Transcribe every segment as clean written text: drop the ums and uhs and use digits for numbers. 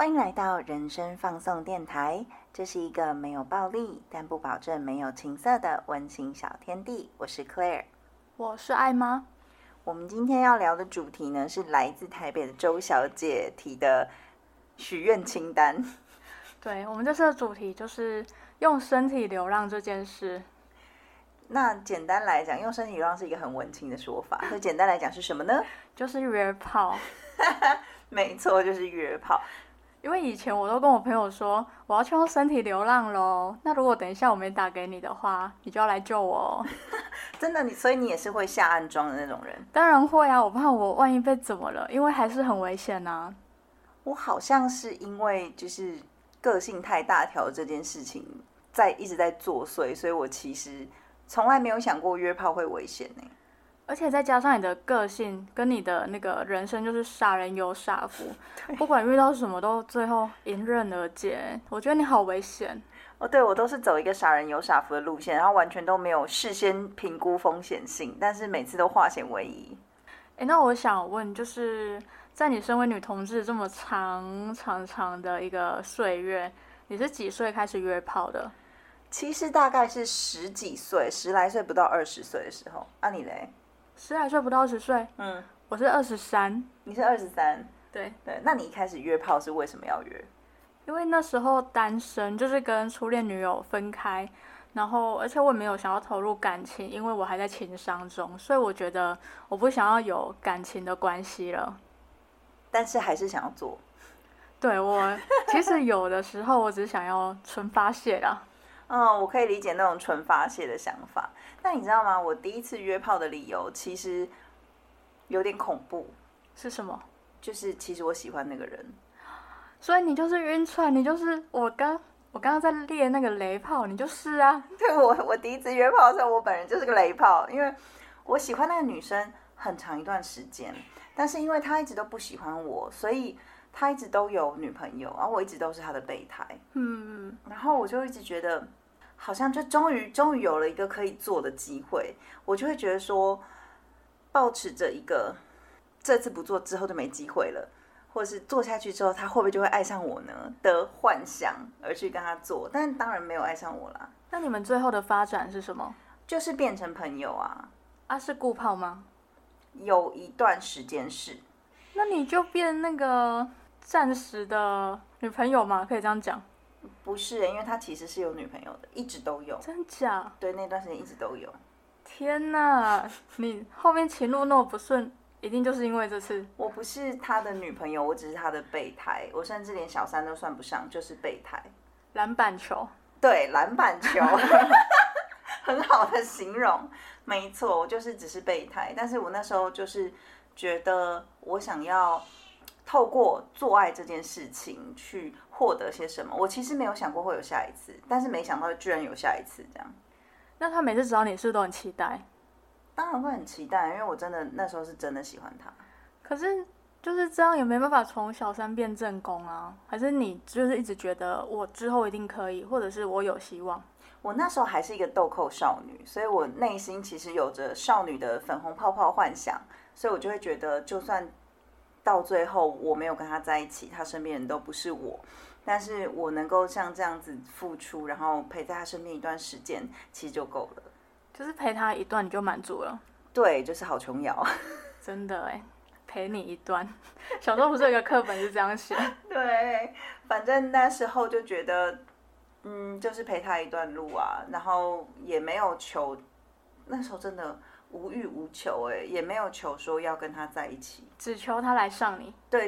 欢迎来到人生放送电台，这是一个没有暴力但不保证没有情色的温情小天地。我是 Claire， 我是艾妈。 我们今天要聊的主题呢，是来自台北的周小姐提的许愿清单。 对，我们这次的主题就是用身体流浪这件事。 那简单来讲，用身体流浪是一个很文青的说法。那简单来讲是什么呢？ 就是约炮。 没错，就是约炮。 因为以前我都跟我朋友说，我要去用身体流浪咯，那如果等一下我没打给你的话，你就要来救我哦。 真的，所以你也是会下暗桩的那种人？ 当然会啊，我怕我万一被怎么了，因为还是很危险啊。 我好像是因为就是个性太大条这件事情一直在作祟，所以我其实从来没有想过约炮会危险呢。 而且再加上你的个性跟你的那个人生就是杀人有杀福，不管遇到什么都最后迎刃而解。我觉得你好危险哦。对，我都是走一个杀人有杀福的路线，然后完全都没有事先评估风险性，但是每次都化险为夷。 那我想问，就是在你身为女同志这么长的一个岁月，你是几岁开始约炮的？ 其实大概是十几岁，10来岁不到20岁的时候。啊，你嘞 ？10来岁不到20岁？我是23。 你是23？ 对。 那你一开始约炮是为什么要约？ 因为那时候单身，就是跟初恋女友分开，然后而且我也没有想要投入感情，因为我还在情伤中，所以我觉得我不想要有感情的关系了。 但是还是想要做。 对，我其实有的时候我只想要纯发泄啦。 我可以理解那种纯发泄的想法。但你知道吗？我第一次约炮的理由其实有点恐怖。 是什么？ 就是其实我喜欢那个人。 所以你就是晕船，你就是我刚刚在列那个雷炮，你就是啊。 对，我第一次约炮的时候，我本人就是个雷炮，因为我喜欢那个女生很长一段时间，但是因为她一直都不喜欢我，所以她一直都有女朋友，然后我一直都是她的备胎。然后我就一直觉得，好像就终于有了一个可以做的机会，我就会觉得说，抱持着一个这次不做之后就没机会了，或者是做下去之后他会不会就会爱上我呢的幻想而去跟他做，但当然没有爱上我啦。 那你们最后的发展是什么？ 就是变成朋友啊。 是固炮吗？ 有一段时间是。 那你就变那个暂时的女朋友吗？可以这样讲？ 不是，因为他其实是有女朋友的，一直都有。 真假？ 对，那段时间一直都有。 天哪，你后面情路那么不顺，一定就是因为这次。 我不是他的女朋友，我只是他的备胎，我甚至连小三都算不上，就是备胎。 篮板球。 对，篮板球。很好的形容。没错，我就是只是备胎，但是我那时候就是觉得我想要透过做爱这件事情去获得些什么。我其实没有想过会有下一次，但是没想到居然有下一次这样。 那他每次找你是不是都很期待？ 当然会很期待，因为我真的那时候是真的喜欢他。 可是就是这样也没办法从小三变正宫啊？还是你就是一直觉得我之后一定可以，或者是我有希望？ 我那时候还是一个豆蔻少女，所以我内心其实有着少女的粉红泡泡幻想，所以我就会觉得就算到最后我没有跟他在一起，他身边人都不是我，但是我能够像这样子付出，然后陪在他身边一段时间，其实就够了。 就是陪他一段你就满足了。 对，就是好琼瑶。 真的耶，陪你一段。小时候不是有一个课本是这样写？ 对，反正那时候就觉得就是陪他一段路啊，然后也没有求，那时候真的无欲无求，也没有求说要跟他在一起， 只求他来上你。 对，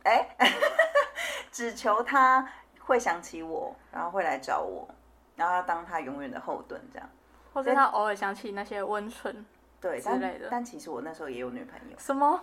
只求他会想起我，然后会来找我，然后要当他永远的后盾这样， 或者他偶尔想起那些温存对之类的。 但其实我那时候也有女朋友。 什么？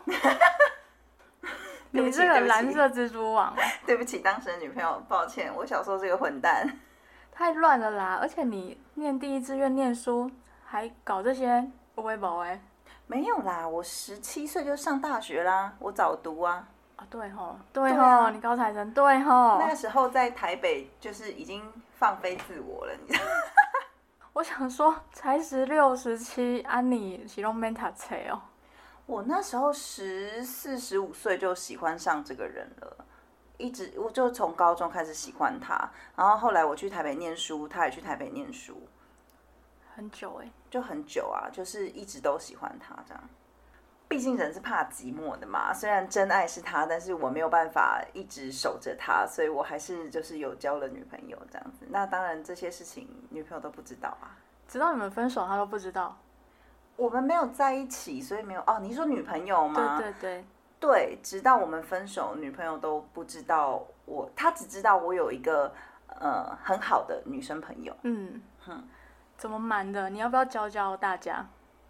你这个蓝色蜘蛛网。 对不起，当时的女朋友，抱歉，我小时候是个混蛋。 太乱了啦！而且你念第一志愿念书，还搞这些有的没的。 没有啦，我17岁就上大学啦，我早读啊。 对吼，你高材生，对吼。 那时候在台北就是已经放飞自我了，你知道吗？ 我想说，才16、17，你是都免读册哦。 我那时候14、15岁就喜欢上这个人了， 我就从高中开始喜欢他，然后后来我去台北念书，他也去台北念书， 很久就很久啊，就是一直都喜欢他这样。毕竟人是怕寂寞的嘛，虽然真爱是他，但是我没有办法一直守着他，所以我还是就是有交了女朋友这样子。那当然这些事情女朋友都不知道啊， 直到你们分手他都不知道。 我们没有在一起，所以没有哦。你说女朋友吗？ 对对对。 对，直到我们分手，女朋友都不知道她只知道我有一个很好的女生朋友。 怎么瞒的？你要不要教教大家？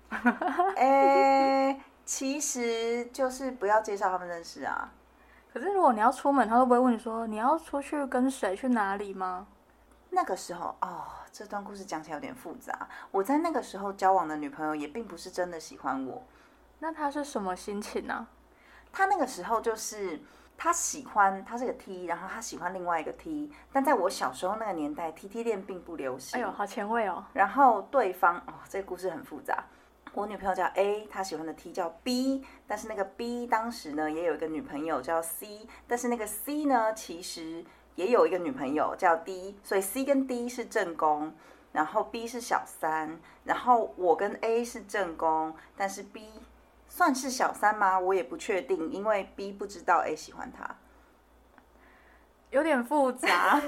其实就是不要介绍他们认识啊。 可是如果你要出门，他会不会问你说你要出去跟谁去哪里吗？ 那个时候这段故事讲起来有点复杂。我在那个时候交往的女朋友也并不是真的喜欢我。 那他是什么心情啊？ 他那个时候就是他是个 T， 然后他喜欢另外一个 T， 但在我小时候那个年代 ，TT 恋并不流行。 哎呦，好前卫哦。 然后对方这个故事很复杂。我女朋友叫 A， 她喜欢的 T 叫 B， 但是那个 B 当时呢也有一个女朋友叫 C， 但是那个 C 呢其实也有一个女朋友叫 D， 所以 C 跟 D 是正宫，然后 B 是小三，然后我跟 A 是正宫，但是 B 算是小三吗？我也不确定，因为 B 不知道 A 喜欢他， 有点复杂。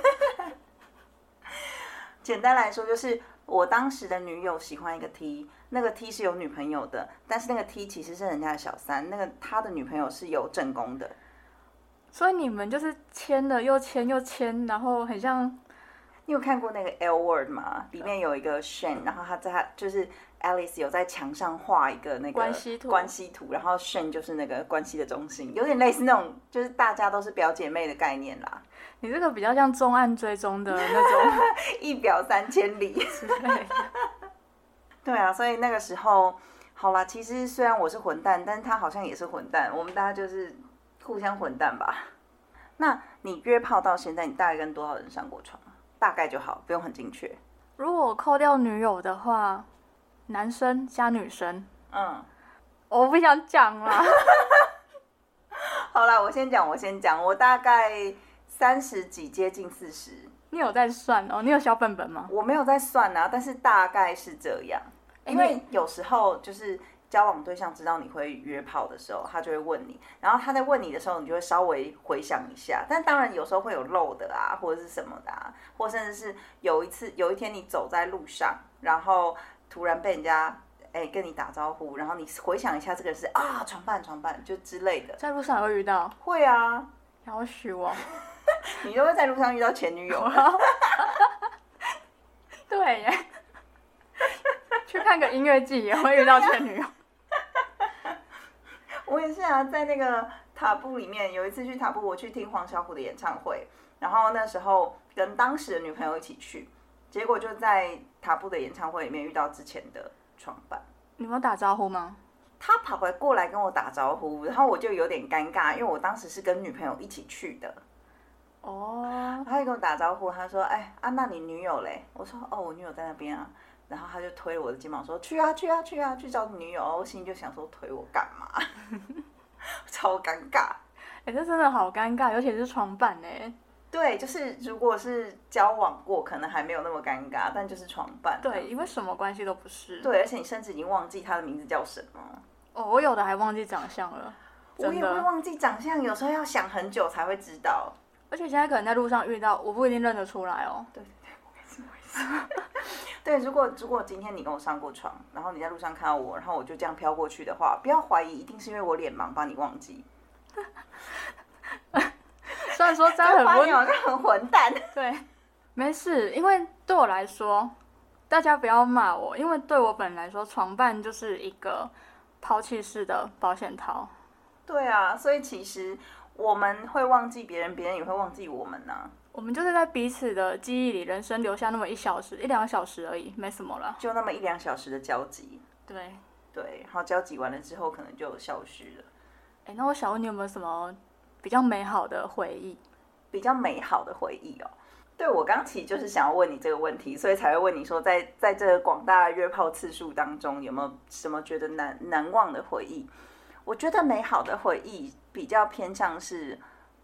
简单来说就是我当时的女友喜欢一个 T， 那个 T 是有女朋友的，但是那个 T 其实是人家的小三，他的女朋友是有正宫的。 所以你们就是签了又签又签，然后很像。 你有看过那个 L Word 吗？里面有一个 Shane， 然后他就是 Alice 有在墙上画一个那个关系图，然后 Shane 就是那个关系的中心，有点类似那种就是大家都是表姐妹的概念啦。 你这个比较像重案追踪的那种一表3000里之类的。对啊，所以那个时候好啦，其实虽然我是混蛋，但是他好像也是混蛋，我们大家就是互相混蛋吧。那你约炮到现在，你大概跟多少人上过床？大概就好，不用很精确。 如果我扣掉女友的话，男生加女生。我不想讲啦。 好啦，我先讲，我大概30几，接近40。 你有在算哦？你有小本本吗？ 我没有在算啊，但是大概是这样。因为有时候就是交往对象知道你会约炮的时候，他就会问你，然后他在问你的时候，你就会稍微回想一下。但当然有时候会有漏的啊，或者是什么的啊，或甚至是有一天你走在路上，然后突然被人家跟你打招呼，然后你回想一下这个是床伴就之类的。 在路上也会遇到？ 会啊。 要许我。 你都会在路上遇到前女友？ 对耶。去看个音乐季也会遇到前女友。 我也是啊，在那个塔布里面，有一次去塔布，我去听黄小琥的演唱会，然后那时候跟当时的女朋友一起去，结果就在塔布的演唱会里面遇到之前的床伴。 你们有打招呼吗？ 他跑过来跟我打招呼，然后我就有点尴尬，因为我当时是跟女朋友一起去的。他就跟我打招呼，他说：“那你女友嘞？”我说：“我女友在那边啊。”然后他就推了我的肩膀说：“去啊，去找你女友。”我心里就想说：“推我干嘛？”超尴尬。 这真的好尴尬，尤其是床伴对，就是如果是交往过，可能还没有那么尴尬，但就是床伴。 对，因为什么关系都不是。 对，而且你甚至已经忘记他的名字叫什么。 我有的还忘记长相了。 我也会忘记长相，有时候要想很久才会知道。 而且现在可能在路上遇到，我不一定认得出来哦。 对，我也是。对，如果今天你跟我上过床，然后你在路上看到我，然后我就这样飘过去的话，不要怀疑，一定是因为我脸盲把你忘记。 虽然说这样很混蛋。 对，没事，因为对我来说，大家不要骂我，因为对我本人来说，床伴就是一个抛弃式的保险套。 对啊，所以其实我们会忘记别人，别人也会忘记我们啊。 我们就是在彼此的记忆里，人生留下那么1小时、1-2小时而已，没什么了。 就那么1-2小时的交集。 对， 然后交集完了之后，可能就消失了。 那我想问你有没有什么比较美好的回忆？ 比较美好的回忆哦。对，我刚其实就是想要问你这个问题，所以才会问你说在这个广大的约炮次数当中，有没有什么觉得难忘的回忆？我觉得美好的回忆比较偏向是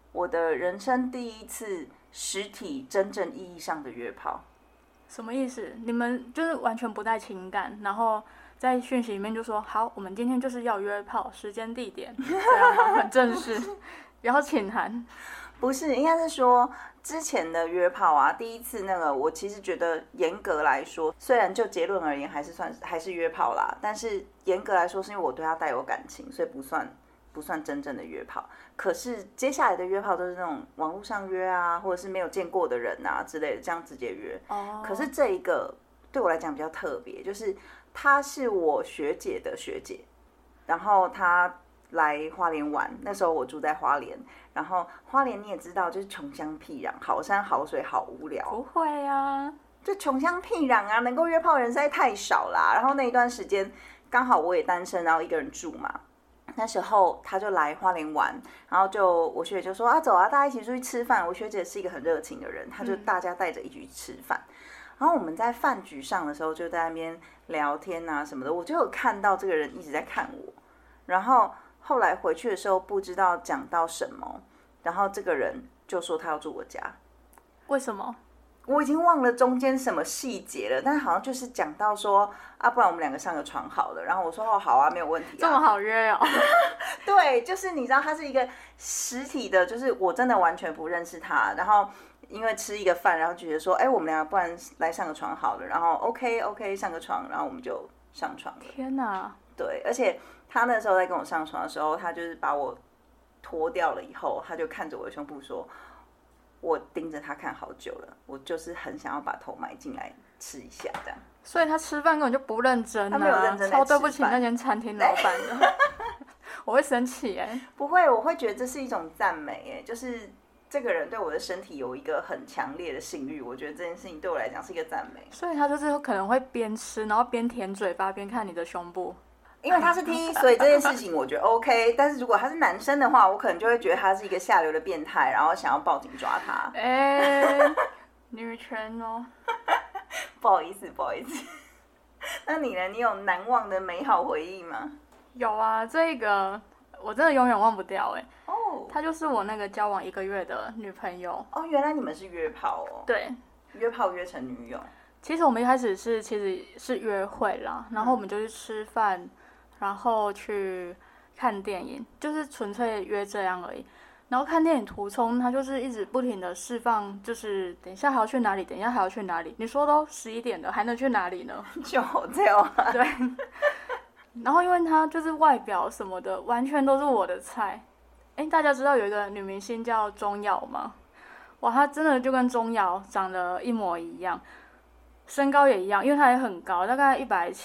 我的人生第一次实体真正意义上的约炮。 什么意思？你们就是完全不带情感，然后在讯息里面就说好，我们今天就是要约炮，时间地点这样吗？很正式，然后请函。 不是，应该是说之前的约炮啊，第一次那个，我其实觉得严格来说，虽然就结论而言还是约炮啦，但是严格来说是因为我对他带有感情，所以不算真正的约炮。可是接下来的约炮都是那种网络上约啊，或者是没有见过的人啊之类的，这样直接约。可是这一个对我来讲比较特别，就是她是我学姐的学姐，然后她来花莲玩，那时候我住在花莲，然后花莲你也知道，就是穷乡僻壤，好山好水好无聊。 不会啊， 就穷乡僻壤啊，能够约炮的人实在太少啦。然后那一段时间刚好我也单身，然后一个人住嘛。那时候他就来花莲玩，然后我学姐就说啊走啊，大家一起出去吃饭。我学姐是一个很热情的人，她就大家带着一起去吃饭。然后我们在饭局上的时候就在那边聊天啊什么的，我就有看到这个人一直在看我。然后后来回去的时候不知道讲到什么，然后这个人就说他要住我家。 为什么？ 我已经忘了中间什么细节了，但是好像就是讲到说啊，不然我们两个上个床好了。然后我说哦好啊，没有问题啊。 这么好约哦？ 对，就是你知道他是一个实体的，就是我真的完全不认识他，然后因为吃一个饭，然后觉得说，哎，我们两个不然来上个床好了，然后 OK 上个床，然后我们就上床了。 天哪！ 对，而且他那时候在跟我上床的时候，他就是把我脱掉了以后，他就看着我的胸部说。我盯着他看好久了，我就是很想要把头埋进来吃一下，这样。 所以他吃饭根本就不认真啊， 他没有认真在吃饭， 超对不起那间餐厅老板的，我会生气哎。 不会，我会觉得这是一种赞美哎，就是这个人对我的身体有一个很强烈的性欲，我觉得这件事情对我来讲是一个赞美。 所以他就是可能会边吃，然后边舔嘴巴，边看你的胸部。 因为他是 T， 所以这件事情我觉得 OK。但是如果他是男生的话，我可能就会觉得他是一个下流的变态，然后想要报警抓他。 女权哦。 不好意思。那你呢？你有难忘的美好回忆吗？ 有啊，这个我真的永远忘不掉哎。 哦， 她就是我那个交往1个月的女朋友。 哦，原来你们是约炮哦。 对， 约炮约成女友。 其实我们一开始其实是约会啦，然后我们就去吃饭。然后去看电影，就是纯粹约这样而已。然后看电影途中，他就是一直不停的释放，就是等一下还要去哪里，等一下还要去哪里。你说都11点了，还能去哪里呢？ 就这样。 对。然后因为他就是外表什么的，完全都是我的菜。大家知道有一个女明星叫钟瑶吗？哇，她真的就跟钟瑶长得一模一样，身高也一样，因为她也很高，大概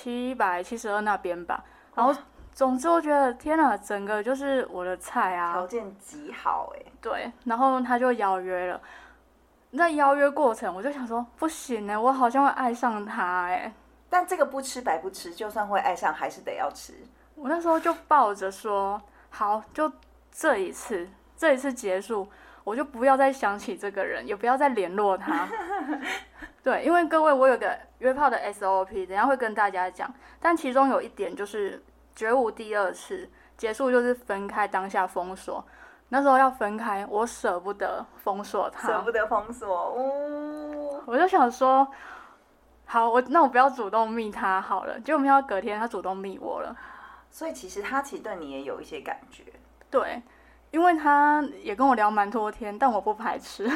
170、172那边吧。然后，总之我觉得天哪，整个就是我的菜啊， 条件极好哎。 对，然后他就邀约了，在邀约过程我就想说，不行哎，我好像会爱上他哎。 但这个不吃白不吃，就算会爱上，还是得要吃。 我那时候就抱着说，好，就这一次结束，我就不要再想起这个人，也不要再联络他。对，因为各位，我有个约炮的 SOP， 等一下会跟大家讲。但其中有一点就是绝无第二次，结束就是分开当下封锁。那时候要分开，我舍不得封锁他， 舍不得封锁。 我就想说，好，那我不要主动密他好了。结果没想到隔天他主动密我了。 所以其实他对你也有一些感觉。 对，因为他也跟我聊蛮多天，但我不排斥。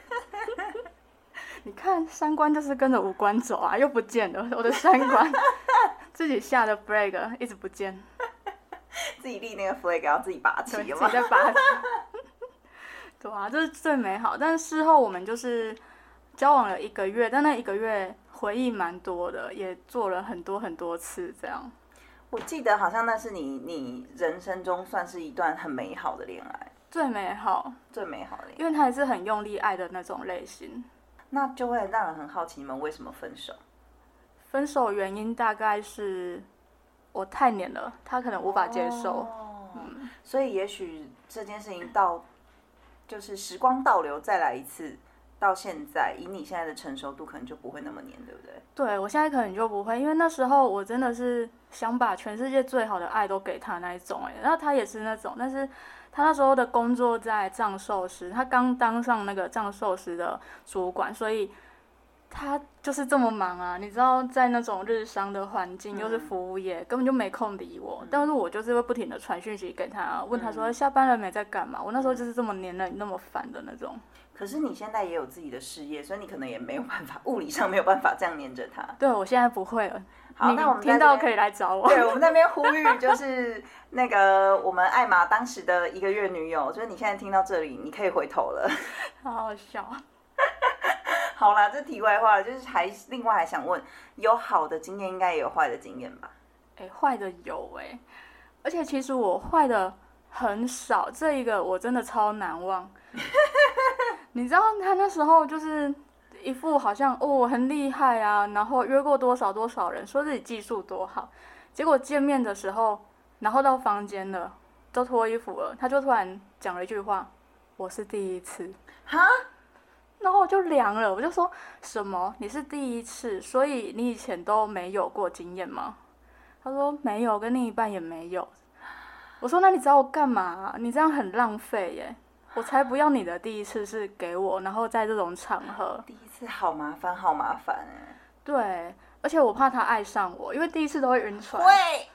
你看三观就是跟着五官走啊，又不见了，我的三观自己下的 flag 一直不见， 自己立那个 flag 要自己拔起，有吗？自己在拔起。对啊，这是最美好。但是事后我们就是交往了1个月，但那1个月回忆蛮多的，也做了很多次这样。 我记得好像那是你人生中算是一段很美好的恋爱， 最美好的恋爱， 因为他也是很用力爱的那种类型。 那就会让人很好奇，你们为什么分手？ 分手原因大概是我太黏了，他可能无法接受。 所以也许这件事情就是时光倒流再来一次， 到现在，以你现在的成熟度，可能就不会那么黏，对不对？ 对，我现在可能就不会，因为那时候我真的是想把全世界最好的爱都给他那一种然后他也是那种，但是他那时候的工作在藏寿司，他刚当上那个藏寿司的主管，所以他就是这么忙啊，你知道，在那种日商的环境，又是服务业，根本就没空理我。但是我就是会不停的传讯息给他，问他说下班了没，在干嘛。我那时候就是这么黏人，那么烦的那种。 可是你现在也有自己的事业，所以你可能也没有办法，物理上没有办法这样黏着他。 对，我现在不会了。 好，那我们听到可以来找我。 对，我们那边呼吁就是那个我们艾玛当时的1个月女友，就是你现在听到这里，你可以回头了。 好好笑。 好啦，这题外话就是另外还想问，有好的经验，应该也有坏的经验吧？ 坏的有而且其实我坏的很少，这一个我真的超难忘。你知道他那时候就是一副好像我很厉害啊，然后约过多少多少人，说自己技术多好，结果见面的时候，然后到房间了，都脱衣服了，他就突然讲了一句话：“我是第一次。” 哈？ 然后我就凉了，我就说什么？你是第一次，所以你以前都没有过经验吗？他说没有，跟另一半也没有。我说那你找我干嘛你这样很浪费耶！我才不要你的第一次是给我，然后在这种场合。 第一次好麻烦，好麻烦对，而且我怕他爱上我，因为第一次都会晕船。 会。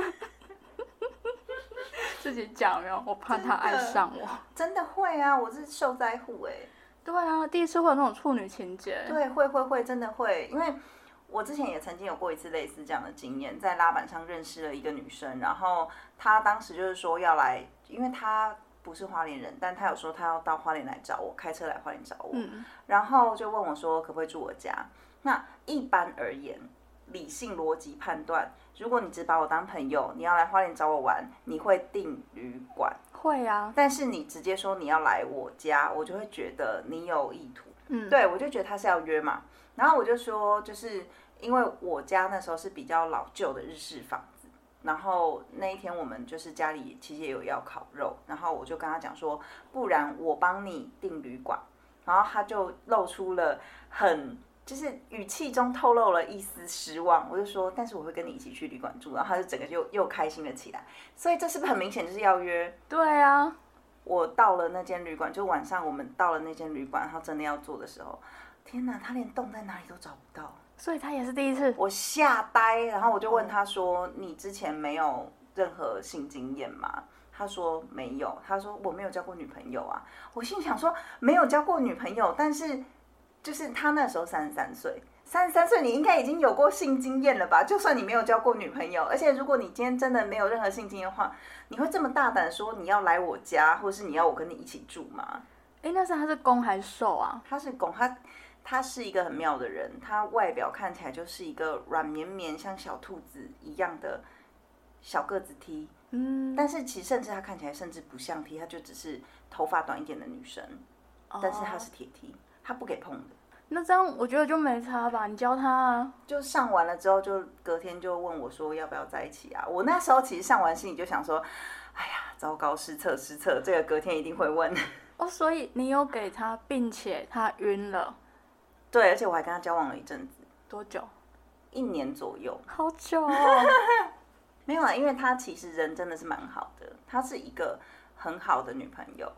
自己讲没有？我怕他爱上我。 真的会啊！我是受灾户对啊，第一次会有那种处女情节。 对，会，真的会。因为我之前也曾经有过一次类似这样的经验，在拉板上认识了一个女生，然后她当时就是说要来，因为她不是花莲人，但她有说她要到花莲来找我，开车来花莲找我，然后就问我说可不可以住我家。那一般而言，理性逻辑判断，如果你只把我当朋友，你要来花莲找我玩，你会订旅馆。 会啊， 但是你直接说你要来我家，我就会觉得你有意图。对，我就觉得他是要约嘛。然后我就说，就是因为我家那时候是比较老旧的日式房子，然后那一天我们就是家里其实也有要烤肉，然后我就跟他讲说，不然我帮你订旅馆。然后他就露出了就是语气中透露了一丝失望，我就说，但是我会跟你一起去旅馆住，然后他就整个又开心了起来。所以这是不是很明显就是要约？ 对啊， 我到了那间旅馆，就晚上我们到了那间旅馆，然后真的要做的时候，天哪，他连洞在哪里都找不到， 所以他也是第一次。 我吓呆，然后我就问他说：“你之前没有任何性经验吗？”他说没有，他说我没有交过女朋友啊。我心想说没有交过女朋友，但是就是他那时候33岁，33岁你应该已经有过性经验了吧？就算你没有交过女朋友，而且如果你今天真的没有任何性经验的话，你会这么大胆说你要来我家，或是你要我跟你一起住吗？ 那是他是攻还是受啊？ 他是攻，他是一个很妙的人，他外表看起来就是一个软绵绵像小兔子一样的小个子 T，但是其实甚至他看起来甚至不像 T， 他就只是头发短一点的女生，但是他是铁 T， 他不给碰的。 那这样我觉得就没差吧？你教他啊。 就上完了之后，就隔天就问我说要不要在一起啊？我那时候其实上完心里就想说，哎呀，糟糕，失策，这个隔天一定会问。 所以你有给他，并且他晕了。 对，而且我还跟他交往了一阵子。 多久 ？1年左右。 好久没有啊，因为他其实人真的是蛮好的，他是一个很好的女朋友。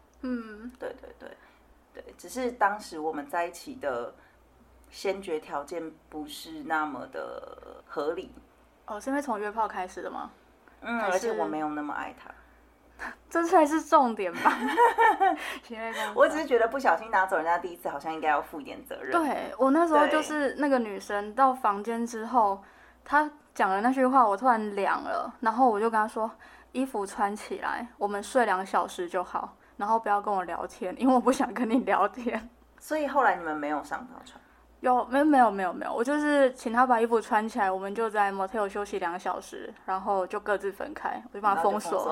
对，只是当时我们在一起的先决条件不是那么的合理。 是因为从约炮开始的吗？ 而且我没有那么爱他。 这才是重点吧。 我只是觉得不小心拿走人家第一次，好像应该要负一点责任。 对，我那时候就是那个女生到房间之后，她讲了那句话，我突然凉了，然后我就跟她说，衣服穿起来，我们睡2小时就好，然后不要跟我聊天，因为我不想跟你聊天。 所以后来你们没有上到床？ 没有，我就是请他把衣服穿起来，我们就在 motel 休息2小时，然后就各自分开，我就把他封锁。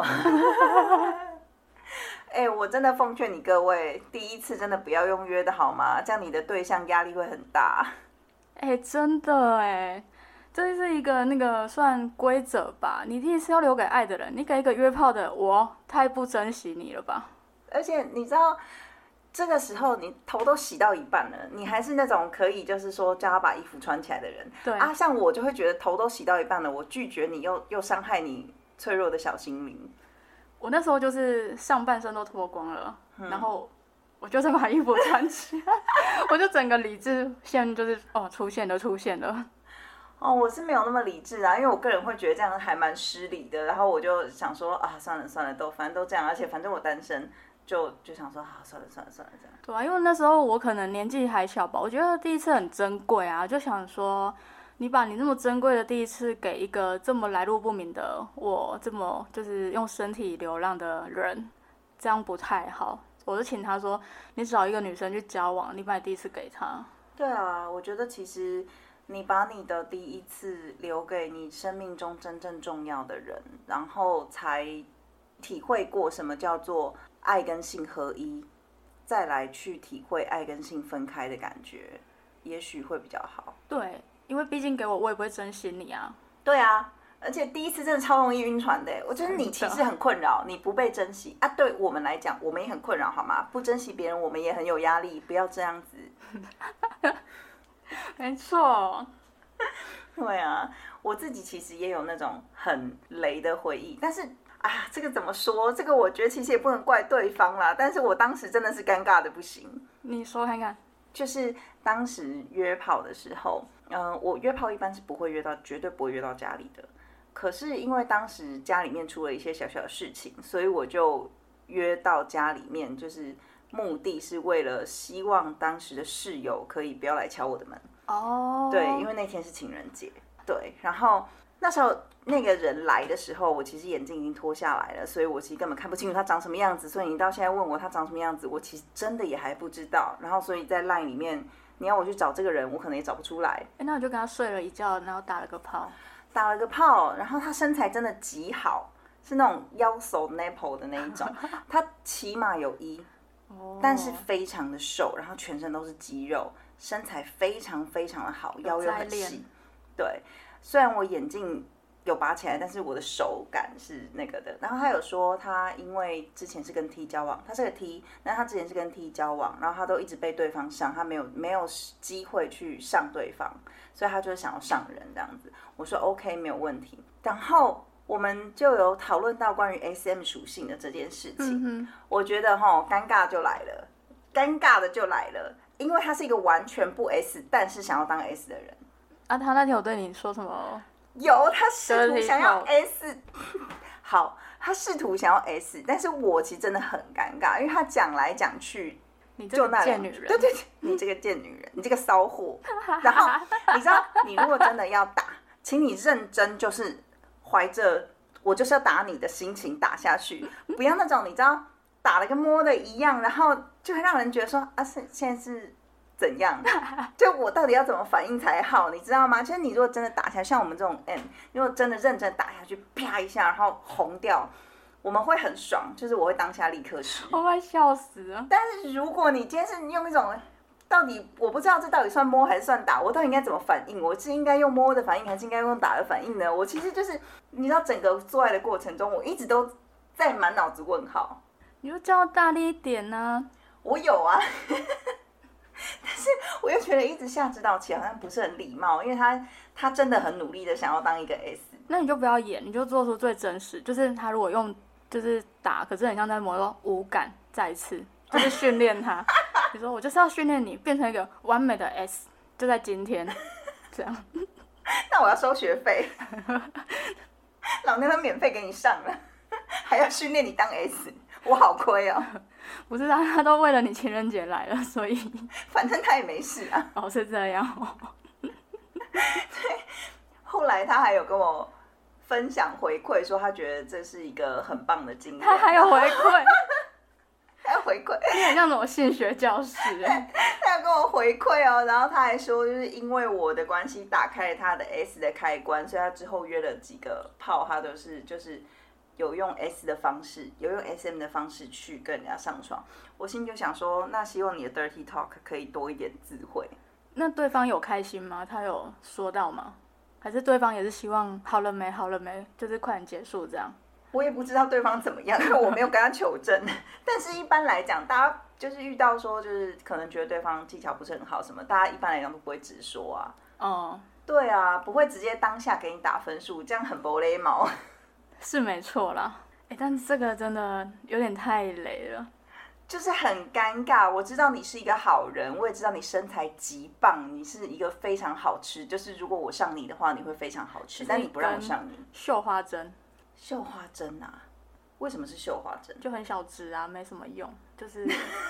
我真的奉劝你各位，第一次真的不要用约的好吗？这样你的对象压力会很大。 真的这是一个那个算规则吧？你第一次要留给爱的人，你给一个约炮的，我太不珍惜你了吧？ 而且你知道， 这个时候你头都洗到一半了，你还是那种可以就是说叫他把衣服穿起来的人。 对啊，像我就会觉得头都洗到一半了，我拒绝你又伤害你脆弱的小心灵。 我那时候就是上半身都脱光了，然后我就是把衣服穿起来，我就整个理智线就是出现了。 我是没有那么理智啊，因为我个人会觉得这样还蛮失礼的，然后我就想说啊，算了，反正都这样，而且反正我单身。就想说好，算了这样。 对啊，因为那时候我可能年纪还小吧，我觉得第一次很珍贵啊，就想说你把你那么珍贵的第一次给一个这么来路不明的我，这么就是用身体流浪的人，这样不太好。我就请他说，你找一个女生去交往，你把你第一次给她。 对啊，我觉得其实你把你的第一次留给你生命中真正重要的人，然后才体会过什么叫做爱跟性合一，再来去体会爱跟性分开的感觉，也许会比较好。 对，因为毕竟给我也不会珍惜你啊。 对啊，而且第一次真的超容易晕船的。我觉得你其实很困扰，你不被珍惜啊。对我们来讲，我们也很困扰，好吗？不珍惜别人，我们也很有压力。不要这样子。 没错。 对啊，我自己其实也有那种很雷的回忆，但是这个怎么说？这个我觉得其实也不能怪对方啦。但是我当时真的是尴尬的不行。 你说看看。 就是当时约炮的时候，我约炮一般是绝对不会约到家里的。可是因为当时家里面出了一些小小的事情，所以我就约到家里面，就是目的是为了希望当时的室友可以不要来敲我的门。对，因为那天是情人节。对，然后那时候那个人来的时候，我其实眼镜已经脱下来了，所以我其实根本看不清楚他长什么样子。所以你到现在问我他长什么样子，我其实真的也还不知道。然后所以在 LINE 里面，你要我去找这个人，我可能也找不出来。 那我就跟他睡了一觉，然后打了个炮， 然后他身材真的极好，是那种腰手 nipple 的那一种，他起码有但是非常的瘦，然后全身都是肌肉，身材非常非常的好，腰又很细。对，虽然我眼镜有拔起来，但是我的手感是那个的。然后他有说，他因为之前是跟 T 交往，他是个 T， 但他之前是跟 T 交往，然后他都一直被对方上，他没有机会去上对方，所以他就是想要上人这样子。我说 OK， 没有问题。然后我们就有讨论到关于 SM 属性的这件事情。我觉得尴尬就来了，因为他是一个完全不 S， 但是想要当 S 的人。 他那天有对你说什么？ 有，他试图想要 S。好，他试图想要 S， 但是我其实真的很尴尬，因为他讲来讲去， 你这个贱女人， 对，你这个贱女人，你这个骚货。然后你知道，你如果真的要打，请你认真，就是怀着我就是要打你的心情打下去，不要那种你知道打了跟摸的一样，然后就会让人觉得说现在是怎样？就我到底要怎么反应才好？你知道吗？就是你如果真的打下去，像我们这种 M， 如果真的认真打下去，啪一下，然后红掉，我们会很爽，就是我会当下立刻吃。 我快笑死了。 但是如果你今天是用一种到底我不知道这到底算摸还是算打，我到底应该怎么反应？我是应该用摸的反应，还是应该用打的反应呢？我其实就是你知道，整个做爱的过程中，我一直都在满脑子问号。 你就叫大力一点啊！ 我有啊。但是我又觉得一直下指导棋好像不是很礼貌，因为他真的很努力的想要当一个 S。 那你就不要演，你就做出最真实，就是他如果用就是打，可是很像在磨说无感，再一次就是训练他。你说我就是要训练你变成一个完美的 S， 就在今天这样。 那我要收学费，老娘都免费给你上了，还要训练你当 S， 我好亏哦。 不是他都为了你情人节来了，所以反正他也没事啊。 是这样对，后来他还有跟我分享回馈，说他觉得这是一个很棒的经验。 他还有回馈， 还有回馈， 你很像什么性学教师他有跟我回馈哦，然后他还说，就是因为我的关系打开了他的 S 的开关，所以他之后约了几个炮，他都是就是有用 S 的方式，有用 SM 的方式去跟人家上床。我心里就想说，那希望你的 dirty talk 可以多一点智慧。 那对方有开心吗？他有说到吗？还是对方也是希望好了没，就是快点结束这样？ 我也不知道对方怎么样，因为我没有跟他求证。但是一般来讲，大家就是遇到说就是可能觉得对方技巧不是很好什么，大家一般来讲都不会直说啊。 哦， 对啊，不会直接当下给你打分数，这样很不礼貌。 是没错啦。但这个真的有点太雷了。 就是很尴尬。我知道你是一个好人，我也知道你身材极棒，你是一个非常好吃。就是如果我上你的话，你会非常好吃，但你不让我上你。 绣花针， 绣花针啊？为什么是绣花针？ 就很小只啊，没什么用，就是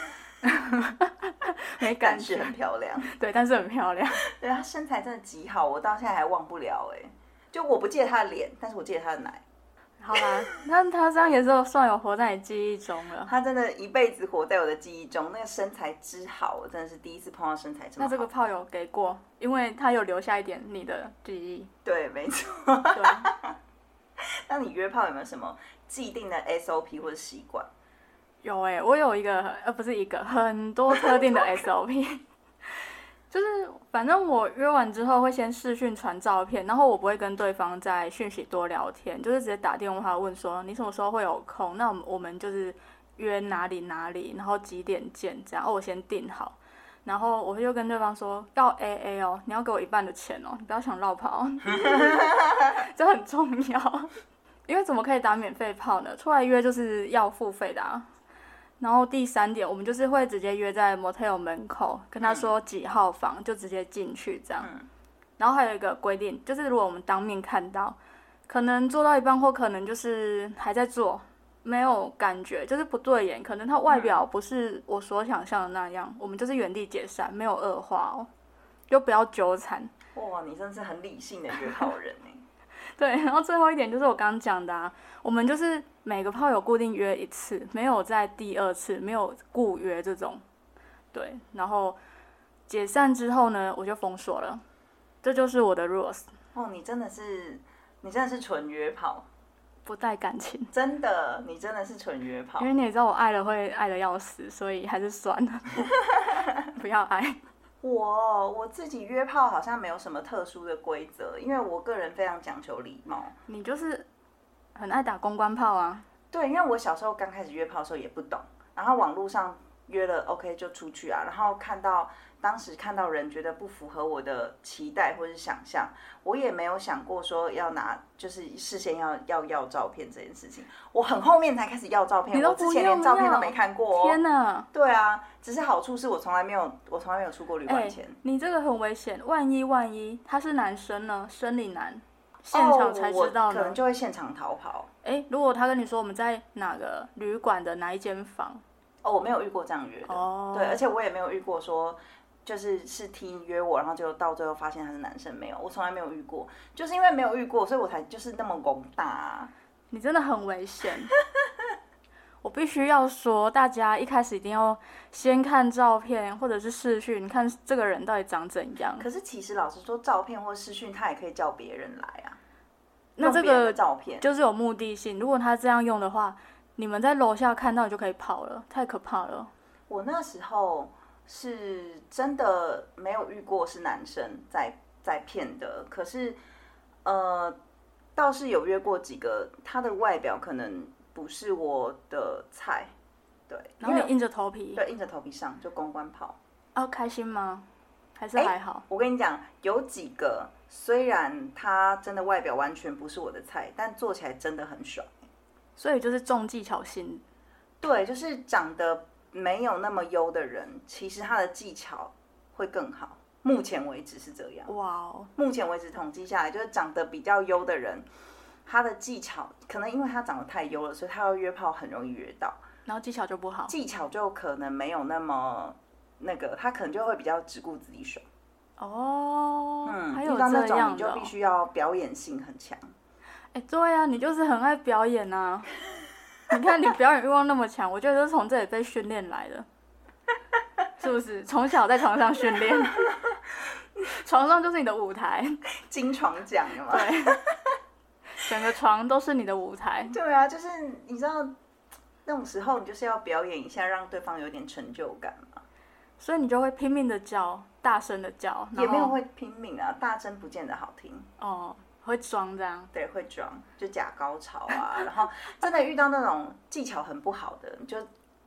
没感觉。 但是很漂亮。 对，但是很漂亮。 对，她身材真的极好，我到现在还忘不了就我不记得她的脸，但是我记得她的奶。 好啦，那他这样也是算有活在你记忆中了。 他真的一辈子活在我的记忆中，那个身材之好，我真的是第一次碰到身材这么好。 那这个炮友给过，因为他有留下一点你的记忆。 对，没错。 对。 那你约炮有没有什么既定的 SOP 或者习惯？ 有我有一个不是一个，很多特定的 SOP。就是反正我约完之后会先视讯传照片，然后我不会跟对方在讯息多聊天，就是直接打电话问说你什么时候会有空，那我们就是约哪里，然后几点见这样，我先定好，然后我就跟对方说要 AA 哦，你要给我一半的钱哦，你不要想绕跑。这很重要，因为怎么可以打免费炮呢？出来约就是要付费的啊。然后第3点，我们就是会直接约在 motel 门口，跟他说几号房，就直接进去这样。然后还有一个规定，就是如果我们当面看到，可能做到一半或可能就是还在做，没有感觉，就是不对眼，可能他外表不是我所想象的那样，我们就是原地解散，没有恶化哦，就不要纠缠。 哇，你真的是很理性的约炮人对，然后最后一点就是我刚刚讲的啊，我们就是每个炮友固定约1次，没有在第2次，没有固约这种。对，然后解散之后呢，我就封锁了，这就是我的 rules。 你真的是纯约炮， 不带感情。 真的，你真的是纯约炮。 因为你也知道我爱了会爱得要死，所以还是算了，不要爱。 我自己约炮好像没有什么特殊的规则，因为我个人非常讲求礼貌。 你就是很爱打公关炮啊。 对，因为我小时候刚开始约炮的时候也不懂，然后网络上约了 OK 就出去啊，然后当时看到人觉得不符合我的期待或是想象，我也没有想过说要拿，就是事先要照片这件事情。我很后面才开始要照片，我之前连照片都没看过天哪！ 对啊，只是好处是我从来没有出过旅馆钱。 你这个很危险，万一他是男生呢，生理男，现场才知道呢， 我可能就会现场逃跑。 如果他跟你说我们在哪个旅馆的哪一间房， 我没有遇过这样约的。对，而且我也没有遇过说是 T 约我，然后就到最后发现他是男生，没有，我从来没有遇过，就是因为没有遇过，所以我才就是那么懵大啊。 你真的很危险。我必须要说，大家一开始一定要先看照片或者是视讯，看这个人到底长怎样。 可是其实老实说，照片或视讯他也可以叫别人来啊。 那这个照片就是有目的性，如果他这样用的话，你们在楼下看到你就可以跑了，太可怕了。 我那时候是真的没有遇过是男生在骗的，可是倒是有约过几个，他的外表可能不是我的菜，对。 然后你硬着头皮， 对，硬着头皮上就公关炮。 开心吗？还是还好？ 我跟你讲，有几个虽然他真的外表完全不是我的菜，但做起来真的很爽。 所以就是重技巧性。 对，就是长得没有那么优的人，其实他的技巧会更好。目前为止是这样。 哇哦！ 目前为止统计下来，就是长得比较优的人，他的技巧可能因为他长得太优了，所以他要约炮很容易约到， 然后技巧就不好， 技巧就可能没有那么那个，他可能就会比较只顾自己爽。 还有这样的那种你就必须要表演性很强。 对啊，你就是很爱表演啊。你看你表演欲望那么强，我觉得是从这里被训练来的，是不是？从小在床上训练，床上就是你的舞台， 金床奖的嘛。 对，整个床都是你的舞台。 对啊，就是你知道那种时候，你就是要表演一下，让对方有点成就感嘛。 所以你就会拼命的叫，大声的叫， 也没有会拼命啊，大声不见得好听。 会装这样。 对，会装，就假高潮啊。然后真的遇到那种技巧很不好的，就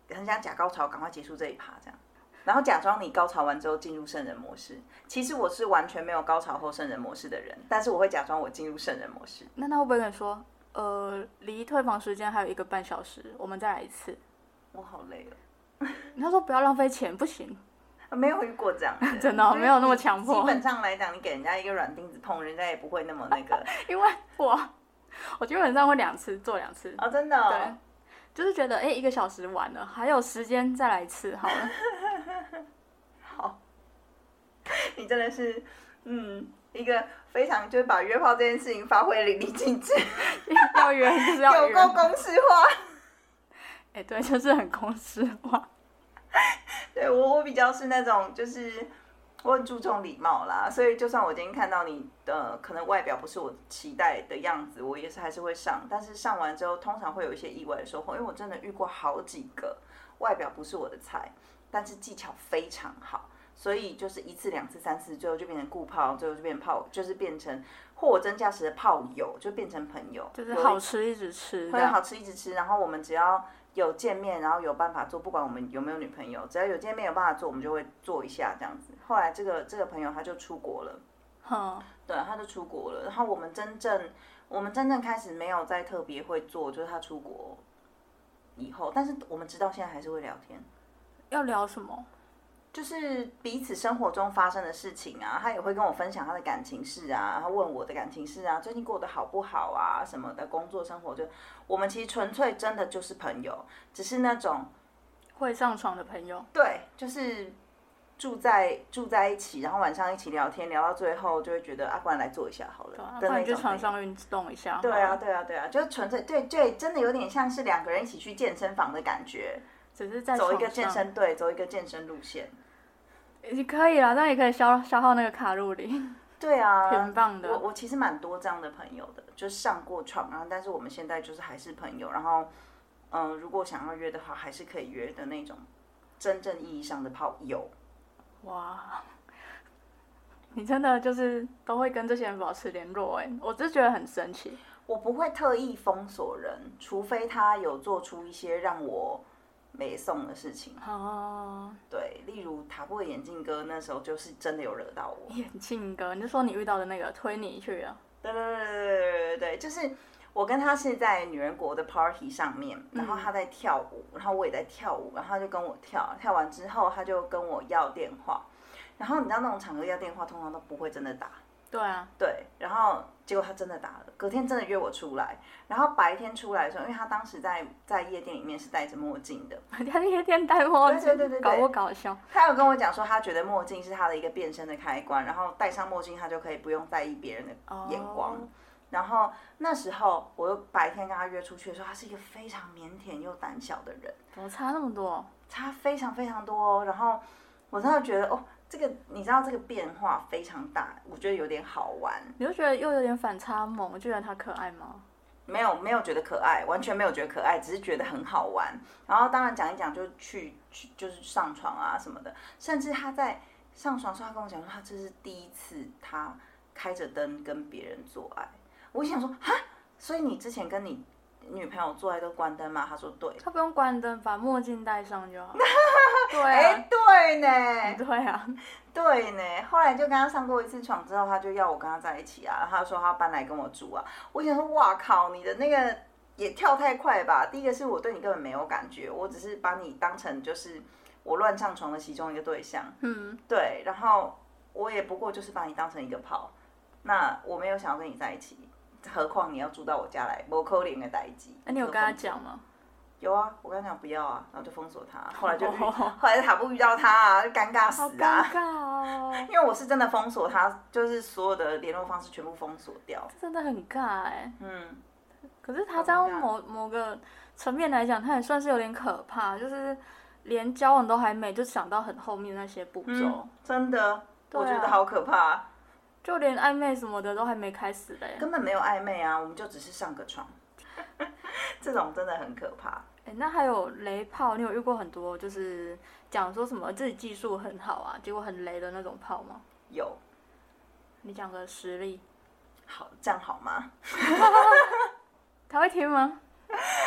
很想假高潮，赶快结束这一趴这样。然后假装你高潮完之后进入圣人模式，其实我是完全没有高潮后圣人模式的人，但是我会假装我进入圣人模式。 那他会不会跟你说，离退房时间还有1个半小时，我们再来一次？ 我好累了。 他说不要浪费钱，不行。 没有遇过这样的真的没有那么强迫。 基本上来讲，你给人家一个软钉子碰，人家也不会那么那个。 因为我基本上会2次做2次。 哦，真的哦。 对，就是觉得1个小时完了，还有时间再来一次好了。 好，你真的是一个非常就是把约炮这件事情发挥淋漓尽致。 要约就是要约， 有够公式化。 对，就是很公式化。 对，我比较是那种，就是我很注重礼貌啦，所以就算我今天看到你的可能外表不是我期待的样子，我也是还是会上，但是上完之后通常会有一些意外的收获，因为我真的遇过好几个外表不是我的菜，但是技巧非常好，所以就是1次2次3次，最后就变成固炮，最后就变成炮，就是变成货真价实的炮友，就变成朋友， 就是好吃一直吃， 会好吃一直吃，然后我们只要有见面，然后有办法做，不管我们有没有女朋友，只要有见面有办法做，我们就会做一下这样子。后来这个朋友他就出国了，对，他就出国了。然后我们真正开始没有再特别会做，就是他出国以后，但是我们直到现在还是会聊天。 要聊什么？ 就是彼此生活中发生的事情啊，他也会跟我分享他的感情事啊，他问我的感情事啊，最近过得好不好啊什么的，工作生活就我们其实纯粹真的就是朋友，只是那种会上床的朋友。 对，就是住在一起，然后晚上一起聊天，聊到最后就会觉得啊，不然来做一下好了， 不然就床上运动一下。 对啊，就纯粹对，真的有点像是2个人一起去健身房的感觉。 只是在走一个健身队，走一个健身路线， 你可以啦，但也可以消耗那个卡路里。 对啊， 挺棒的。 我其实蛮多这样的朋友的，就是上过床啊，但是我们现在就是还是朋友。然后，如果想要约的话，还是可以约的那种真正意义上的炮友。 哇，你真的就是都会跟这些人保持联络我就觉得很神奇。 我不会特意封锁人，除非他有做出一些让我没送的事情。对，例如塔布的眼镜哥那时候就是真的有惹到我。 眼镜哥，你就说你遇到的那个推你去啊？ 对，就是我跟他是在女人国的 party 上面，然后他在跳舞，然后我也在跳舞，然后他就跟我跳，跳完之后他就跟我要电话，然后你知道那种场合要电话通常都不会真的打。 对啊， 对，然后结果他真的打了，隔天真的约我出来，然后白天出来的时候，因为他当时在夜店里面是戴着墨镜的， 他夜店戴墨镜， 对， 搞不搞笑？ 他有跟我讲说，他觉得墨镜是他的一个变身的开关，然后戴上墨镜他就可以不用在意别人的眼光。然后那时候我又白天跟他约出去的时候，他是一个非常腼腆又胆小的人。 怎么差那么多？ 差非常非常多然后我真的觉得这个你知道这个变化非常大，我觉得有点好玩。 你就觉得又有点反差萌，觉得他可爱吗？ 没有觉得可爱，完全没有觉得可爱，只是觉得很好玩。然后当然讲一讲就去就是上床啊什么的，甚至他在上床的时候，他跟我讲说他这是第一次他开着灯跟别人做爱。我想说哈，所以你之前跟你女朋友做爱都关灯吗？他说对。 他不用关灯，把墨镜戴上就好。对啊， 对呢， 对啊， 对呢。后来就跟他上过1次床之后，他就要我跟他在一起啊，他说他要搬来跟我住啊。我想说，哇靠，你的那个也跳太快吧？第一个是我对你根本没有感觉，我只是把你当成就是我乱上床的其中一个对象。对，然后我也不过就是把你当成一个炮，那我没有想要跟你在一起。何况你要住到我家来，没可能的代志。 那你有跟他讲吗？ 有啊，我跟他讲不要啊，然后就封锁他。后来后来塔布遇到他啊，就尴尬死啊！ 好尴尬哦。 因为我是真的封锁他，就是所有的联络方式全部封锁掉。 这真的很尬可是他这样某个层面来讲，他也算是有点可怕，就是连交往都还没，就想到很后面那些步骤。 真的，我觉得好可怕。 就连暧昧什么的都还没开始嘞， 根本没有暧昧啊，我们就只是上个床，这种真的很可怕。 那还有雷炮，你有遇过很多就是讲说什么自己技术很好啊，结果很雷的那种炮吗？ 有， 你讲个实例。 好，这样好吗？ 他会听吗？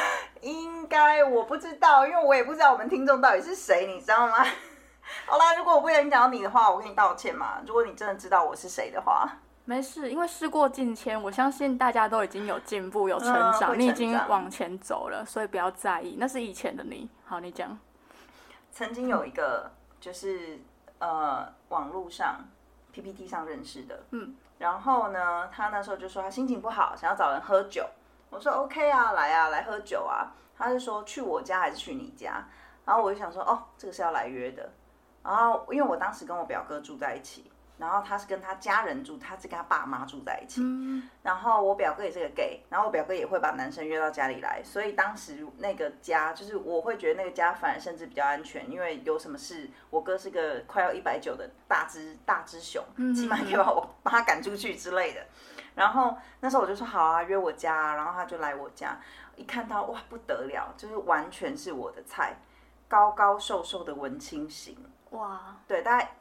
应该我不知道，因为我也不知道我们听众到底是谁，你知道吗？好啦，如果我不小心讲到你的话，我跟你道歉嘛。如果你真的知道我是谁的话， 没事，因为事过境迁，我相信大家都已经有进步、有成长，你已经往前走了，所以不要在意，那是以前的你。好，你讲。 曾经有一个就是网络上 PPT 上认识的，然后呢，他那时候就说他心情不好，想要找人喝酒。我说 OK 啊，来啊，来喝酒啊。他就说去我家还是去你家？然后我就想说，哦，这个是要来约的。然后因为我当时跟我表哥住在一起，然后他是跟他家人住，他是跟他爸妈住在一起。然后我表哥也是个 gay， 然后我表哥也会把男生约到家里来，所以当时那个家就是我会觉得那个家反而甚至比较安全，因为有什么事，我哥是个快要190的大只熊，起码可以把他赶出去之类的。然后那时候我就说好啊，约我家啊，然后他就来我家，一看到哇不得了，就是完全是我的菜，高高瘦瘦的文青型，哇，对，大概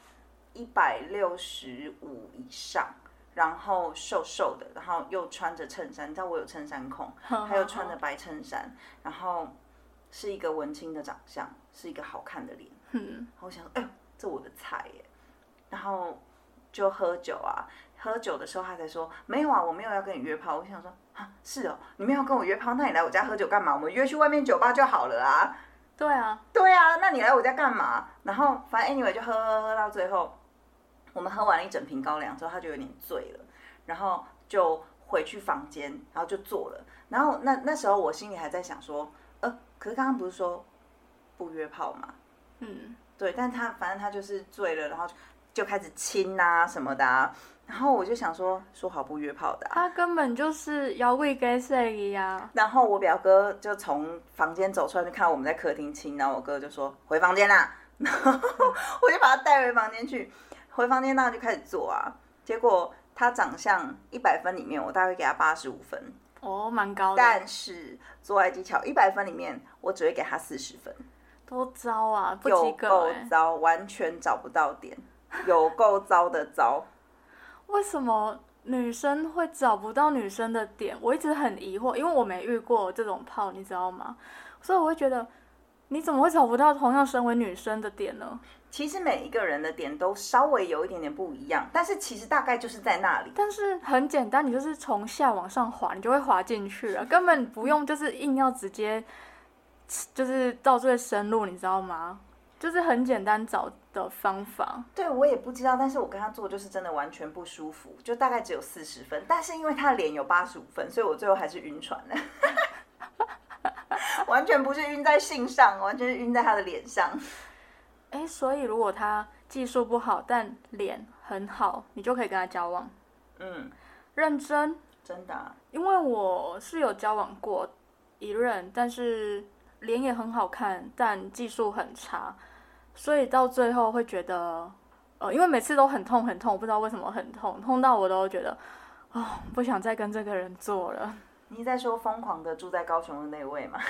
165以上，然后瘦瘦的，然后又穿着衬衫，你知道我有衬衫控，他又穿着白衬衫，然后是一个文青的长相，是一个好看的脸，我想说，哎呦，这我的菜耶，然后就喝酒啊。喝酒的时候，他才说没有啊，我没有要跟你约炮。我想说啊，是哦，你没有跟我约炮，那你来我家喝酒干嘛？我们约去外面酒吧就好了啊。 对啊， 对啊，那你来我家干嘛？然后反正 anyway 就喝到最后，我们喝完了一整瓶高粱之后，他就有点醉了，然后就回去房间，然后就坐了。然后那时候我心里还在想说，可是刚刚不是说不约炮嘛？对，但反正他就是醉了，然后就开始亲啊什么的啊。然后我就想说好不约炮的啊， 他根本就是摇柜给谁呀？ 然后我表哥就从房间走出来，就看到我们在客厅亲，然后我哥就说回房间啦，然后我就把他带回房间去，回房间当然就开始做啊，结果他长相100分里面，我大概给他85分， 哦，蛮高的， 但是做爱技巧100分里面，我只会给他40分， 多糟啊，不及格， 有够糟，完全找不到点，有够糟的糟。 为什么女生会找不到女生的点？我一直很疑惑，因为我没遇过这种炮，你知道吗？所以我会觉得，你怎么会找不到同样身为女生的点呢？ 其实每一个人的点都稍微有一点点不一样，但是其实大概就是在那里。 但是很简单，你就是从下往上滑，你就会滑进去了，根本不用就是硬要直接就是到最深入，你知道吗？就是很简单找的方法。 对，我也不知道，但是我跟他做就是真的完全不舒服，就大概只有40分，但是因为他的脸有85分，所以我最后还是晕船了。完全不是晕在性上，完全是晕在他的脸上。 所以如果他技术不好，但脸很好，你就可以跟他交往。认真， 真的啊？ 因为我是有交往过一任，但是脸也很好看，但技术很差。所以到最后会觉得，因为每次都很痛很痛，我不知道为什么很痛，痛到我都觉得，不想再跟这个人做了。 你在说疯狂的住在高雄的那位吗？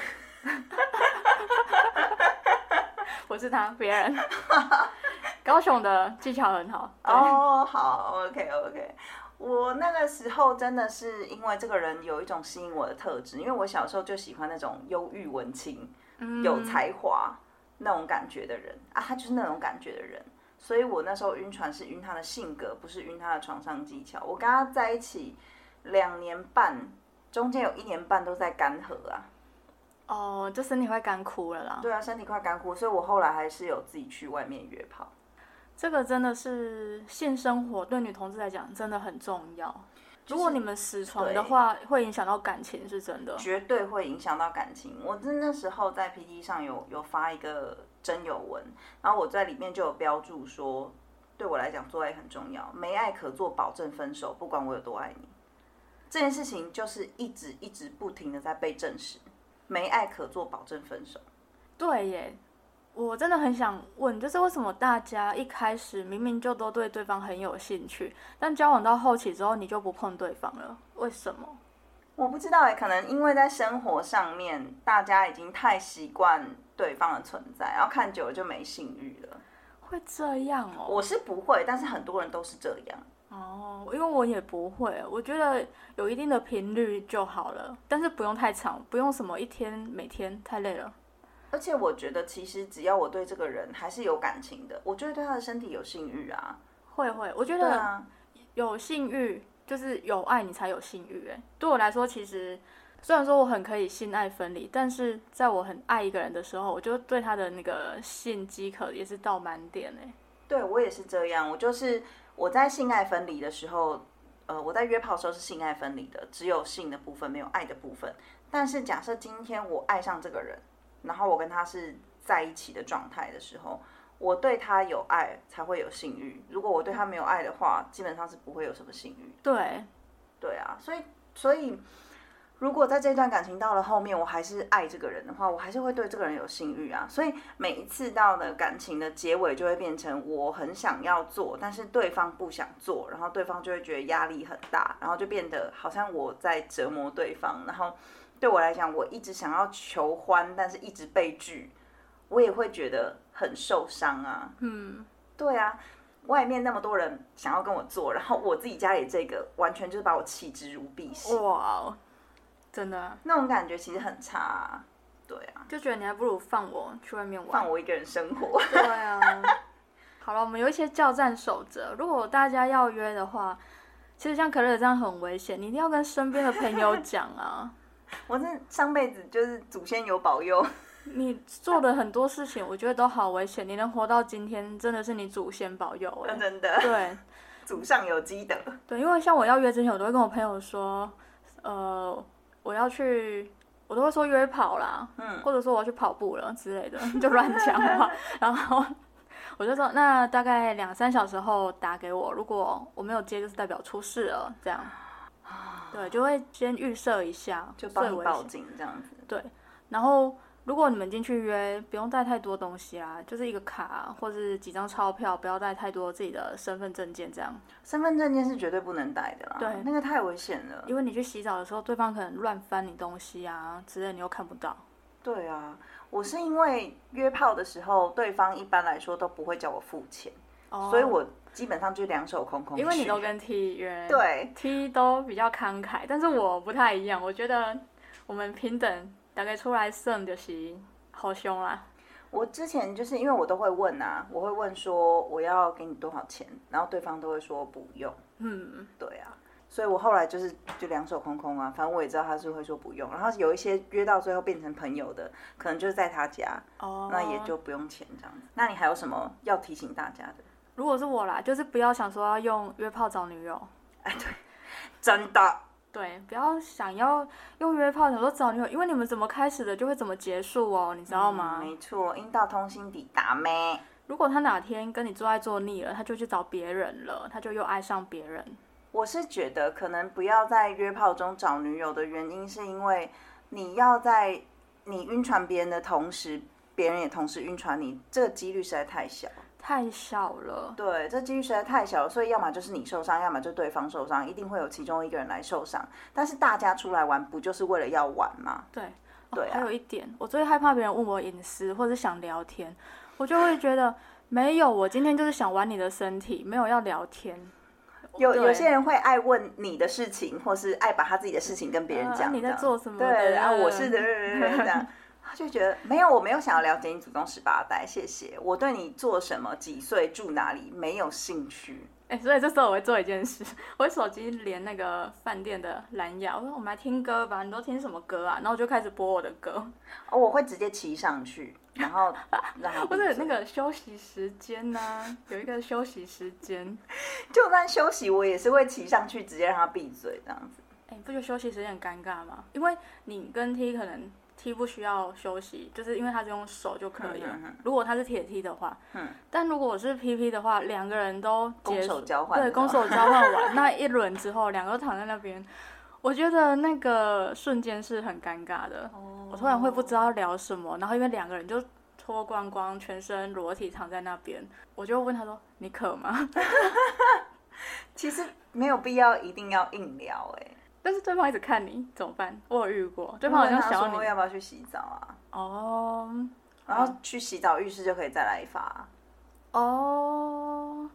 不是他，别人。高雄的技巧很好。 哦，好 ，OK。我那个时候真的是因为这个人有一种吸引我的特质，因为我小时候就喜欢那种忧郁文青、有才华那种感觉的人啊，他就是那种感觉的人，所以我那时候晕船是晕他的性格，不是晕他的床上技巧。我跟他在一起2年半，中间有1年半都在干涸啊。 就身体会干枯了啦。 对啊，身体快干枯，所以我后来还是有自己去外面约炮。 这个真的是性生活对女同志来讲真的很重要。如果你们死床的话，会影响到感情，是真的， 绝对会影响到感情。我那时候在 PT 上有发一个真有文，然后我在里面就有标注说，对我来讲做爱很重要，没爱可做，保证分手，不管我有多爱你。这件事情就是一直不停的在被证实，没爱可做，保证分手。 对耶。我真的很想问，就是为什么大家一开始明明就都对对方很有兴趣，但交往到后期之后你就不碰对方了？为什么？ 我不知道可能因为在生活上面大家已经太习惯对方的存在，然后看久了就没性欲了。 会这样哦？ 我是不会，但是很多人都是这样。 哦，因为我也不会，我觉得有一定的频率就好了，但是不用太长，不用什么一天每天太累了。 而且我觉得其实只要我对这个人还是有感情的，我就会对他的身体有性欲啊。 会，我觉得有性欲就是有爱你才有性欲。对我来说，其实虽然说我很可以性爱分离，但是在我很爱一个人的时候，我就对他的那个性饥渴也是到满点。 对，我也是这样，我在性爱分离的时候，我在约炮的时候是性爱分离的，只有性的部分，没有爱的部分。但是假设今天我爱上这个人，然后我跟他是在一起的状态的时候，我对他有爱才会有性欲。如果我对他没有爱的话，基本上是不会有什么性欲。对啊，所以如果在这段感情到了后面，我还是爱这个人的话，我还是会对这个人有性欲啊。所以每一次到了感情的结尾，就会变成我很想要做，但是对方不想做，然后对方就会觉得压力很大，然后就变得好像我在折磨对方。然后对我来讲，我一直想要求欢，但是一直被拒，我也会觉得很受伤啊。对啊，外面那么多人想要跟我做，然后我自己家里这个完全就是把我弃之如敝屣。 哇，真的那种感觉其实很差啊。对啊， 就觉得你还不如放我去外面玩， 放我一个人生活。 对啊。好了，我们有一些教战守则，如果大家要约的话，其实像可乐这样很危险，你一定要跟身边的朋友讲啊。 我这上辈子就是祖先有保佑。 你做的很多事情，我觉得都好危险。你能活到今天，真的是你祖先保佑。 真的。 对， 祖上有积德。 对，因为像我要约之前，我都会跟我朋友说，我要去，我都会说约跑啦，或者说我要去跑步了之类的，就乱讲话。然后我就说，那大概2-3小时后打给我，如果我没有接，就是代表出事了，这样。对，就会先预设一下， 就帮你报警这样子。 对，然后如果你们进去约，不用带太多东西啦，就是一个卡或是几张钞票，不要带太多自己的身份证件这样。 身份证件是绝对不能带的啦， 对， 那个太危险了。 因为你去洗澡的时候，对方可能乱翻你东西啊之类，你又看不到。 对啊，我是因为约炮的时候，对方一般来说都不会叫我付钱，所以我基本上就两手空空去。 因为你都跟 T 约， 对 ，T 都比较慷慨，但是我不太一样，我觉得我们平等，大概出来算就是好凶啦。 我之前就是因为我都会问啊，我会问说我要给你多少钱，然后对方都会说不用。对啊，所以我后来就两手空空啊，反正我也知道他是会说不用，然后有一些约到最后变成朋友的，可能就是在他家，那也就不用钱这样子。那你还有什么要提醒大家的？ 如果是我啦，就是不要想说要用约炮找女友。 哎，对，真的。 对，不要想要用约炮想说找女友，因为你们怎么开始的就会怎么结束哦，你知道吗？ 没错，阴道通心底打咩。 如果他哪天跟你做爱做腻了，他就去找别人了，他就又爱上别人。 我是觉得可能不要在约炮中找女友的原因，是因为你要在你晕船别人的同时，别人也同时晕船你，这个几率实在太小。 太小了， 对，这几率实在太小了，所以要么就是你受伤，要么就对方受伤，一定会有其中一个人来受伤。但是大家出来玩，不就是为了要玩吗？ 对， 对啊。 还有一点，我最害怕别人问我隐私，或者想聊天，我就会觉得没有，我今天就是想玩你的身体，没有要聊天。 有些人会爱问你的事情，或是爱把他自己的事情跟别人讲。 你在做什么？ 对啊，我是的，这样。他就觉得没有，我没有想要了解你祖宗18代，谢谢。我对你做什么、几岁、住哪里没有兴趣。 所以这时候我会做一件事，我会手机连那个饭店的蓝牙，我说我们来听歌吧，你都听什么歌啊？然后我就开始播我的歌。 我会直接骑上去，然后让他或者那个休息时间啊，有一个休息时间， 就算休息，我也是会骑上去，直接让他闭嘴这样子。 你不觉得休息时间很尴尬吗？因为你跟 T 可能。T 不需要休息，就是因为他是用手就可以了。如果他是铁 T 的话，但如果我是 PP 的话，两个人都攻守交换， 对，攻守交换完那一轮之后，两个都躺在那边，我觉得那个瞬间是很尴尬的。我突然会不知道聊什么，然后因为两个人就脱光光，全身裸体躺在那边，我就问他说：“你渴吗？” 其实没有必要一定要硬聊但是对方一直看你怎么办？我有遇过，对方好像想要你要不要去洗澡啊？然后去洗澡浴室就可以再来一发。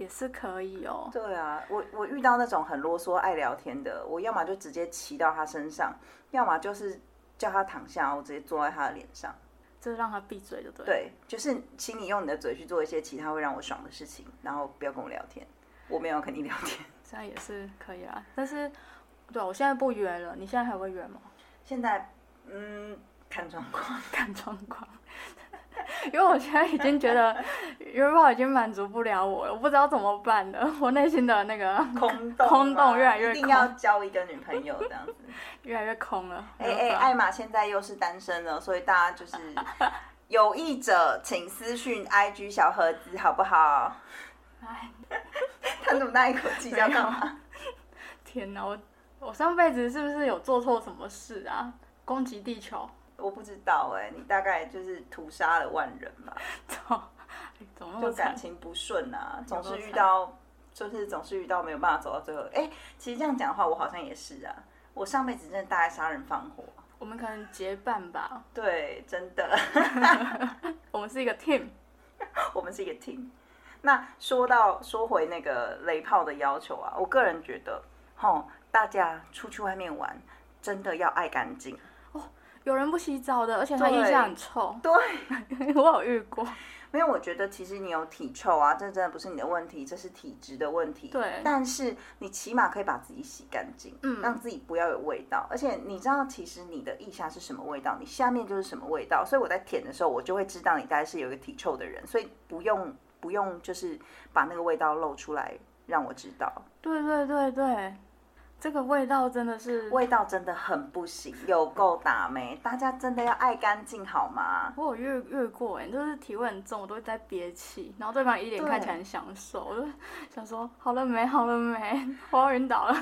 也是可以哦。 对啊，我遇到那种很啰嗦、爱聊天的，我要么就直接骑到他身上，要么就是叫他躺下，我直接坐在他的脸上。 就是让他闭嘴就对了。 对，就是请你用你的嘴去做一些其他会让我爽的事情，然后不要跟我聊天，我没有跟你聊天。 这样也是可以啦，但是对我现在不约了，你现在还会约吗？ 现在看状况， 看状况。因为我现在已经觉得约炮已经满足不了我了，我不知道怎么办了。我内心的那个空洞越来越空， 一定要交一个女朋友这样子， 越来越空了。 艾玛现在又是单身了，所以大家就是有意者请私讯 IG 小盒子好不好？他怎么那一口气要干嘛？ 天哪，我上辈子是不是有做错什么事啊？攻击地球？ 我不知道你大概就是屠杀了万人吧。就感情不顺啊，总是遇到没有办法走到最后。其实这样讲的话，我好像也是啊。我上辈子真的大爱杀人放火。 我们可能结伴吧。 对，真的。 我们是一个 team。 我们是一个 team。那说回那个雷炮的要求啊，我个人觉得，大家出去外面玩，真的要爱干净。 有人不洗澡的，而且他腋下很臭。 对， 我有遇过。 没有，我觉得其实你有体臭啊，这真的不是你的问题，这是体质的问题。 对。 但是你起码可以把自己洗干净，让自己不要有味道。而且你知道，其实你的腋下是什么味道，你下面就是什么味道。所以我在舔的时候，我就会知道你大概是有一个体臭的人，所以不用就是把那个味道露出来让我知道。 对对对对。这个味道真的很不行，有够打咩？大家真的要爱干净好吗？ 我有遇过就是体味很重，我都会在憋气，然后对方一脸看起来很享受，我就想说好了没，我要晕倒了。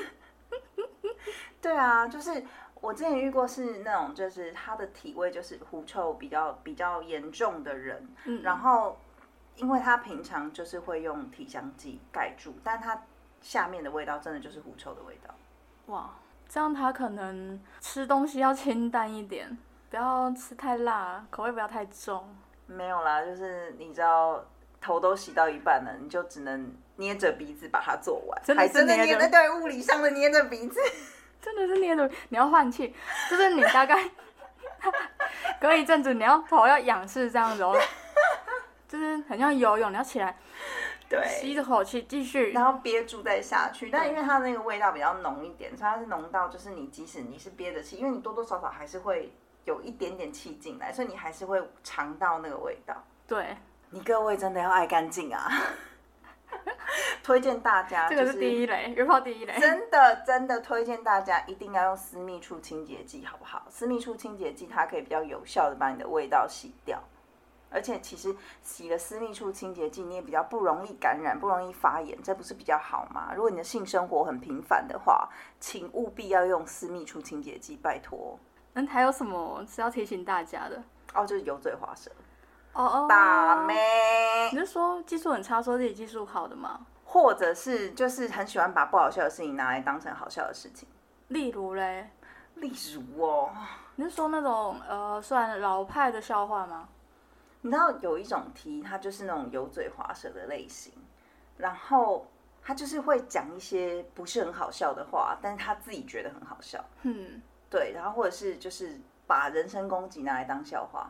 对啊，就是我之前遇过是那种，就是他的体味就是狐臭比较严重的人，然后因为他平常就是会用体香剂盖住，但他下面的味道真的就是狐臭的味道。 哇，这样他可能吃东西要清淡一点，不要吃太辣，口味不要太重。 没有啦，就是你知道头都洗到一半了，你就只能捏着鼻子把它做完，还真的捏着，对，物理上的捏着鼻子， 真的是捏着，你要换气，就是你大概隔一阵子你头要仰视这样子哦，就是很像游泳，你要起来。 对， 吸着口气继续， 然后憋住再下去。但因为它那个味道比较浓一点，所以它是浓到就是你即使你是憋着气，因为你多多少少还是会有一点点气进来，所以你还是会尝到那个味道。 对， 你各位真的要爱干净啊！推荐大家， 这个是第一雷，约炮第一雷。 真的推荐大家一定要用私密处清洁剂，好不好？私密处清洁剂它可以比较有效的把你的味道洗掉。而且其实洗了私密处清洁剂，你也比较不容易感染，不容易发炎，这不是比较好吗？如果你的性生活很频繁的话，请务必要用私密处清洁剂，拜托。 那还有什么是要提醒大家的？ 就是油嘴滑舌。 打咩？ 你是说技术很差，说自己技术好的吗？ 或者是就是很喜欢把不好笑的事情拿来当成好笑的事情？ 例如嘞？ 例如你是说那种算老派的笑话吗？ 你知道有一种题，它就是那种油嘴滑舌的类型，然后他就是会讲一些不是很好笑的话，但是他自己觉得很好笑。对，然后或者是就是把人身攻击拿来当笑话。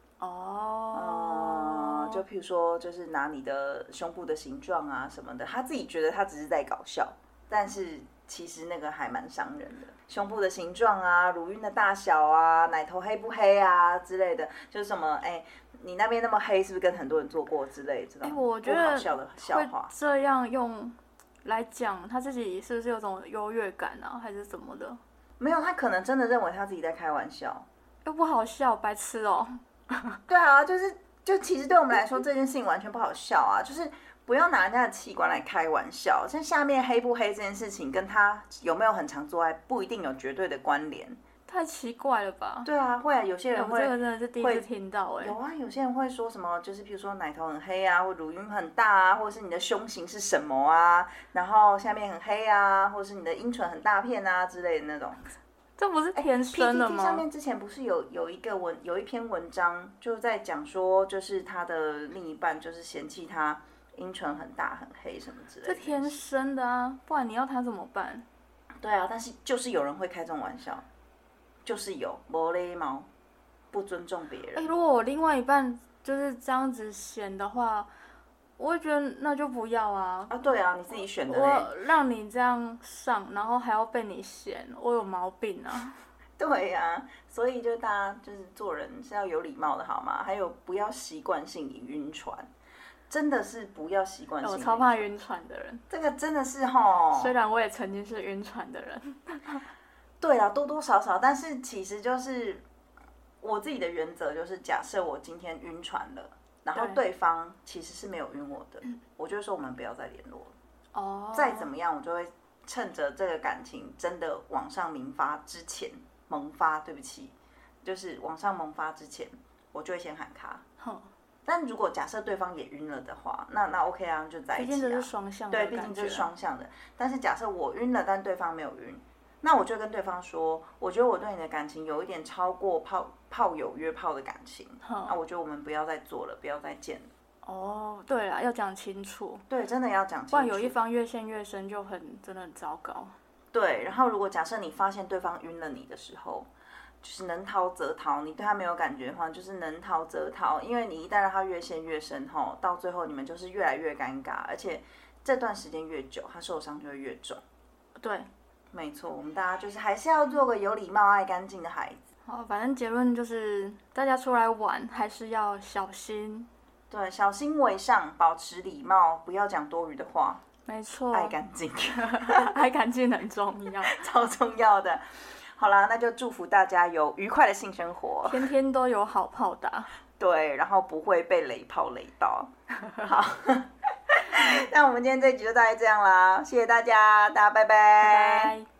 就譬如说，就是拿你的胸部的形状啊什么的，他自己觉得他只是在搞笑，但是其实那个还蛮伤人的。胸部的形状啊，乳晕的大小啊，奶头黑不黑啊之类的，就是什么你那边那么黑，是不是跟很多人做过之类这种我觉得不好笑的笑话？ 这样用来讲，他自己是不是有种优越感啊，还是什么的？ 没有，他可能真的认为他自己在开玩笑， 又不好笑，白痴哦。 对啊，就其实对我们来说，这件事情完全不好笑啊，就是不要拿人家的器官来开玩笑。像下面黑不黑这件事情，跟他有没有很常做爱不一定有绝对的关联。 太奇怪了吧？ 对啊，会啊，有些人会， 这个真的是第一次听到有啊，有些人会说什么，就是比如说奶头很黑啊，或乳晕很大啊，或者是你的胸型是什么啊，然后下面很黑啊，或者是你的阴唇很大片啊之类的那种。 这不是天生的吗？ PTT 上面之前不是有一篇文章，就在讲说，就是他的另一半就是嫌弃他阴唇很大很黑什么之类的。 这天生的啊，不然你要他怎么办？ 对啊，但是就是有人会开这种玩笑，就是有没礼貌，不尊重别人。 如果我另外一半就是这样子显的话，我会觉得那就不要啊。 对啊，你自己选的嘞。 我让你这样上，然后还要被你嫌，我有毛病啊。 对呀、所以就大家就是做人是要有礼貌的好吗？还有不要习惯性地晕船，真的是不要习惯性。 我超怕晕船的人， 这个真的是齁。 虽然我也曾经是晕船的人。 对啊，多多少少，但是其实就是我自己的原则就是，假设我今天晕船了，然后对方其实是没有晕我的，我就说我们不要再联络了。再怎么样，我就会趁着这个感情真的往上萌发，对不起，就是往上萌发之前，我就会先喊卡。但如果假设对方也晕了的话，那 OK 啊，就在一起啊。 毕竟这是双向的， 对，毕竟这是双向的。但是假设我晕了，但对方没有晕，那我就跟对方说，我觉得我对你的感情有一点超过炮友约炮的感情，那我觉得我们不要再做了，不要再见了。 对啦，要讲清楚。 对，真的要讲清楚， 不然有一方越陷越深，就真的很糟糕。 对，然后如果假设你发现对方晕了你的时候，就是能逃则逃，你对他没有感觉的话，就是能逃则逃，因为你一旦让他越陷越深到最后你们就是越来越尴尬，而且这段时间越久，他受伤就会越重。 对， 没错，我们大家就是还是要做个有礼貌、爱干净的孩子。 好，反正结论就是大家出来玩还是要小心。 对，小心为上，保持礼貌，不要讲多余的话。 没错， 爱干净， 爱干净很重要， 超重要的。好啦，那就祝福大家有愉快的性生活， 天天都有好炮打。 对，然后不会被雷炮雷到。好，那我们今天这集就大概这样啦，谢谢大家，大家拜拜。 拜拜。